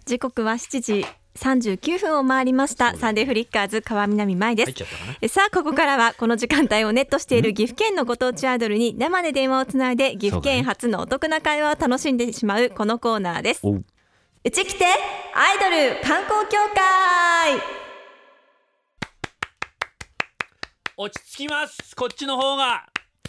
時刻は7時39分を回りました。サンデーフリッカーズ川南舞です。さあここからはこの時間帯をネットしている岐阜県のご当地アイドルに生で電話をつないで岐阜県初のお得な会話を楽しんでしまうこのコーナーです。うち来てアイドル観光協会。 落ち着きます。こっちの方が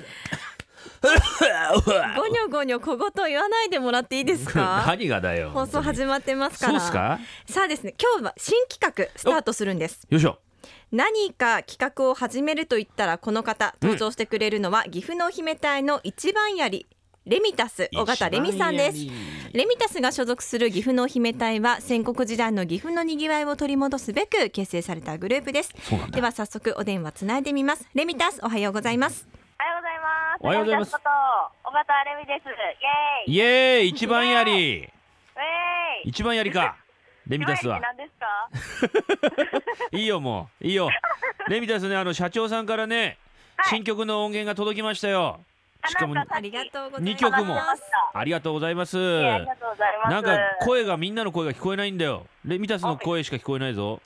ゴニョゴニョ小言言わないでもらっていいですか？ 何がだよ。 放送始まってますから。 そうっすか？ さあですね、今日は新企画スタートするんです。 よいしょ。 何か企画を始めると言ったらこの方、登場してくれるのは岐阜の姫隊の一番槍レミタス尾形レミさんです。レミタスが所属する岐阜の姫隊は戦国時代の岐阜のにぎわいを取り戻すべく結成されたグループです。では早速お電話つないでみます。レミタスおはようございます。 おはようございます。 尾形レミです。 イエーイ。一番槍。一番槍か。レミタスは。 何ですか？ いいよもういいよ。レミタスね、社長さんからね、新曲の音源が届きましたよ。しかもありがとうございます。 2曲もありがとうございます。 ありがとうございます。 なんか声がみんなの声が聞こえないんだよ。レミタスの声しか聞こえないぞ。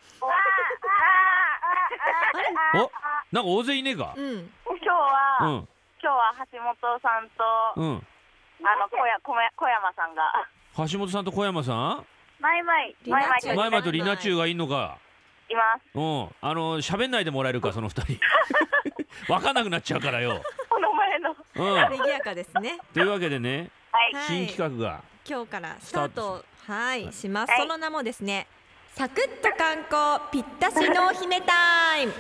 お、なんか大勢いねえか。 今日は橋本さんと、小山さんが。 橋本さんと小山さん。 マイとリナチュウがいんのか。 います。 喋んないでもらえるか、その2人。分かんなくなっちゃうからよ。 この前の。 賑やかですね。 というわけでね、新企画が今日からスタートします。その名もですね、サクッと観光ぴったしの姫タイム。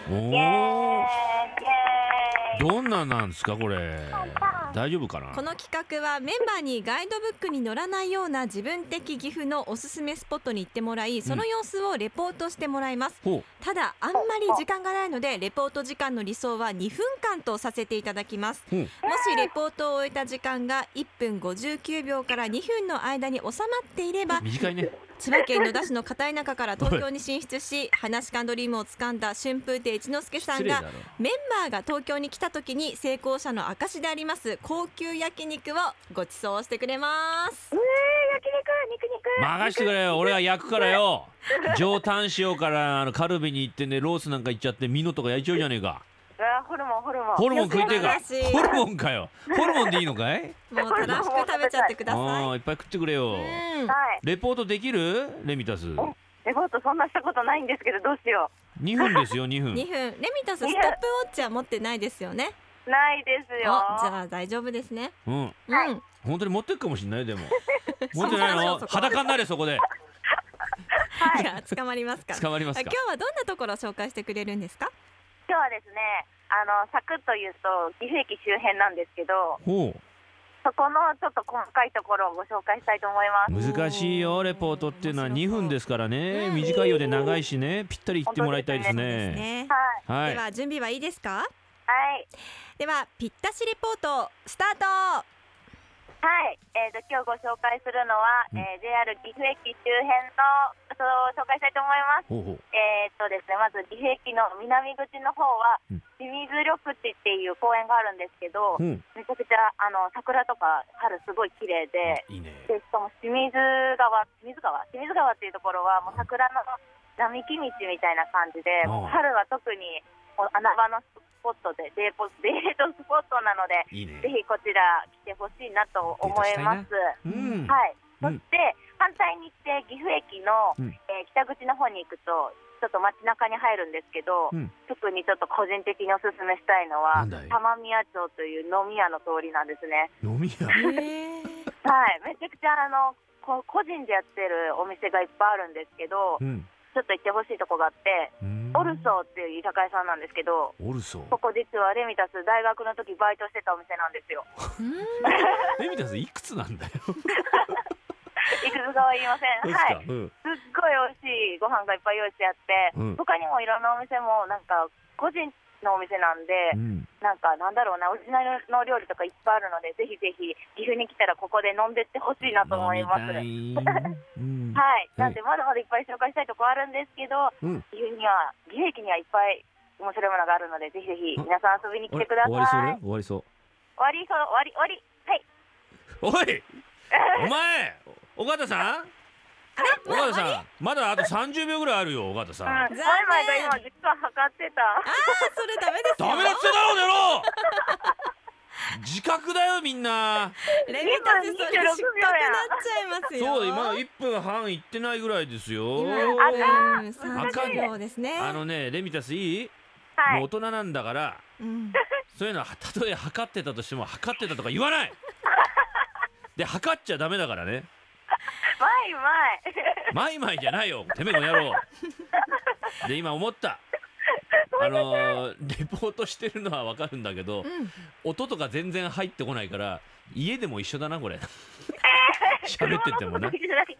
どんななんですかこれ。大丈夫かな。 この企画はメンバーにガイドブックに載らないような自分的岐阜のおすすめスポットに行ってもらい、その様子をレポートしてもらいます。ただあんまり時間がないのでレポート時間の理想は2分間とさせていただきます。もしレポートを終えた時間が1分59秒から2分の間に収まっていれば、 短いね。 千葉県野田市の片田舎から東京に進出し話かんドリームを掴んだ春風亭一之輔さんがメンバーが東京に来た時に成功者の証であります高級焼肉をご馳走してくれます。 肉任してくれよ。俺は焼くからよ。上タン塩からカルビに行ってね、ロースなんか行っちゃってミノとか焼いちゃうじゃねえか。 ホルモン食いてえか。ホルモンかよ。ホルモンでいいのかい。 もう正しく食べちゃってください。 いっぱい食ってくれよ。レポートできる？レミタス。 レポートそんなしたことないんですけど、どうしよう。 2分ですよ。2分。 レミタスストップウォッチは持ってないですよね。 ないですよ。 じゃあ大丈夫ですね。 本当に持ってるかもしれない。でも持ってないの？裸になれそこで。 じゃあ捕まりますから。 捕まりますか。 今日はどんなところを紹介してくれるんですか？ 今日はですね、サクッと言うと岐阜駅周辺なんですけど、そこのちょっと細かいところをご紹介したいと思います。 難しいよレポートっていうのは2分ですからね。短いようで長いしね、ぴったり言ってもらいたいですね。 では準備はいいですか？ではぴったしレポートスタート。 今日ご紹介するのは、JR 岐阜駅周辺の場所を紹介したいと思います。ですね、まず岐阜駅の南口の方は、清水緑地っていう公園があるんですけど、めちゃくちゃ桜とか春すごい綺麗で、しかも清水川っていうところはもう桜の並木道みたいな感じで、春は特に穴場のスポットでデートスポットなので、ぜひこちら来てほしいなと思います。そして反対に行って岐阜駅の、北口の方に行くとちょっと街中に入るんですけど、特にちょっと個人的におすすめしたいのは玉宮町という飲み屋の通りなんですね。 飲み屋めちゃくちゃ個人でやってるお店がいっぱいあるんですけど、ちょっと行ってほしいとこがあって、オルソーっていう居酒屋さんなんですけど、ここ実はレミタス大学の時バイトしてたお店なんですよ。 レミタスいくつなんだよ。 いくつかは言いません。すっごい美味しいご飯がいっぱい用意してあって、他にもいろんなお店もなんか個人のお店なんで、なんかなんだろうな、オリジナルの料理とかいっぱいあるので、ぜひぜひ岐阜に来たらここで飲んでってほしいなと思います。なんでまだまだいっぱい紹介したいところあるんですけど、岐阜駅にはいっぱい面白いものがあるので、ぜひぜひ皆さん遊びに来てください。 終わりそう。はい。 おいお前尾形さん、尾形田さんまだあと30秒ぐらいあるよ尾形さん。 マイマイが今実は測ってた。 それダメですよ。 ダメだってだろうねろ自覚だよみんな。 レミタスそれ失格になっちゃいますよ。 そう今1分半いってないぐらいですよ。 30秒ですね。 レミタスいい、 はい、 もう大人なんだから、そういうのはたとえ測ってたとしても測ってたとか言わないで測っちゃダメだからね。マイマイじゃないよてめえこの野郎で今思ったレポートしてるのは分かるんだけど、音とか全然入ってこないから家でも一緒だなこれ喋っててもね。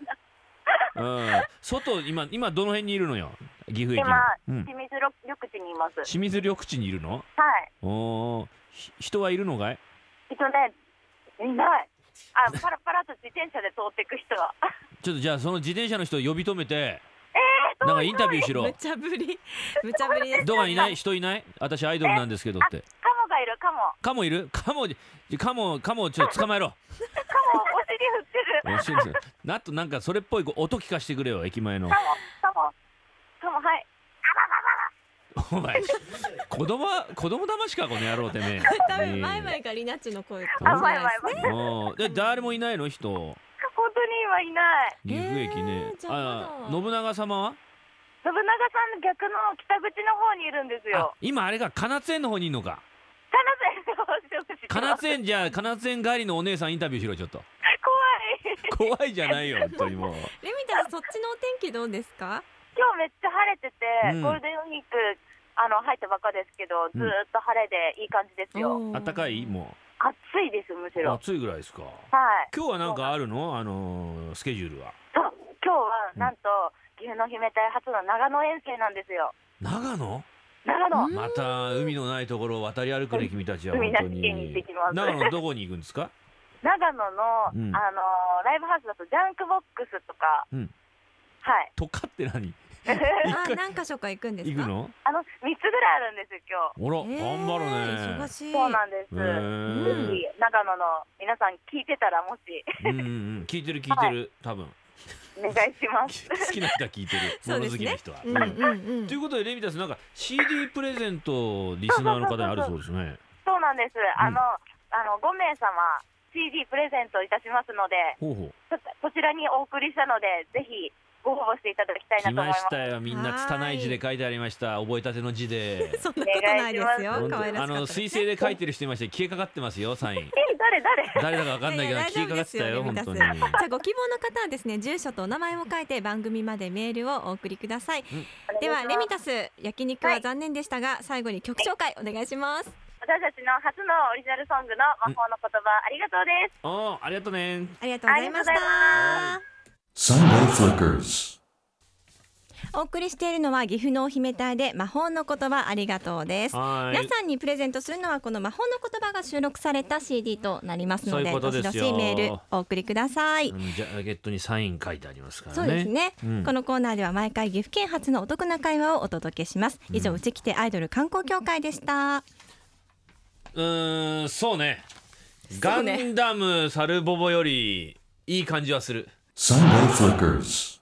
外今どの辺にいるのよ岐阜駅の。 今、清水緑地にいます。 清水緑地にいるの？ はい。 人はいるのかい？ 人ね、いない。パラパラと自転車で通っていく人はちょっとじゃあその自転車の人を呼び止めて、なんかインタビューしろ。 無茶ぶりです。 どうかいない人いない？私アイドルなんですけどって。 カモがいる。 カモいる？カモちょっと捕まえろ。 カモお尻振ってる。 なんかそれっぽい音聞かせてくれよ駅前の。カモはい。 お前子供騙しかこの野郎てめえ。 多分マイマイかリナッチの声。 で誰もいないの人。 本当に今いない。 岐阜駅ね。信長様は？ 信長さんの逆の北口の方にいるんですよ。 今あれが金津園の方にいるのか。金津園じゃあ金津園帰りのお姉さんインタビューしろちょっと。怖いじゃないよ本当にもう。 レミタスそっちのお天気どうですか？ 今日めっちゃ晴れてて、ゴールデンウィーク入ったばっかですけど、ずっと晴れでいい感じですよ。 暖かい？もう暑いです。むしろ暑いぐらいですか。 はい。 今日はなんかあるの？スケジュールは。 そう、今日はなんと岐阜の姫隊初の長野遠征なんですよ。 長野また海のないところを渡り歩くね君たちは本当に。長野どこに行くんですか？ 長野のライブハウスだとジャンクボックスとか、はい。 とかって何？ 何か所か行くんですか？ 行くの？ 3つぐらいあるんですよ今日。 あら頑張るね。 忙しい。 そうなんです。ぜひ長野の皆さん聞いてたらもし。 聞いてる多分。 お願いします。 好きな人は聞いてる。物好きな人は。ということでレミタスなんか CD プレゼントリスナーの方にあるそうですね。 そうなんです。5名様 CD プレゼントいたしますので、こちらにお送りしたのでぜひご応募していただきたいなと思います。 来ましたよみんな拙い字で書いてありました。覚えたての字で。 そんなことないですよ。可愛らしかったです。 水性で書いてる人いまして消えかかってますよサイン。誰だかわかんないけど消えかかってたよ本当に。じゃあご希望の方はですね住所とお名前を書いて番組までメールをお送りください。ではレミタス焼肉は残念でしたが最後に曲紹介お願いします。 私たちの初のオリジナルソングの魔法の言葉ありがとうです。 ありがとうね。 ありがとうございました。 Sunday Flickers。 お送りしているのは岐阜のお姫隊で魔法の言葉ありがとうです。皆さんにプレゼントするのはこの魔法の言葉が収録された CD となりますのでどしどしメールお送りください。 ジャケットにサイン書いてありますからね。 そうですね、このコーナーでは毎回岐阜県発のお得な会話をお届けします。以上うちきてアイドル観光協会でした。 そうねガンダムサルボボよりいい感じはする。 Sunday Flickers。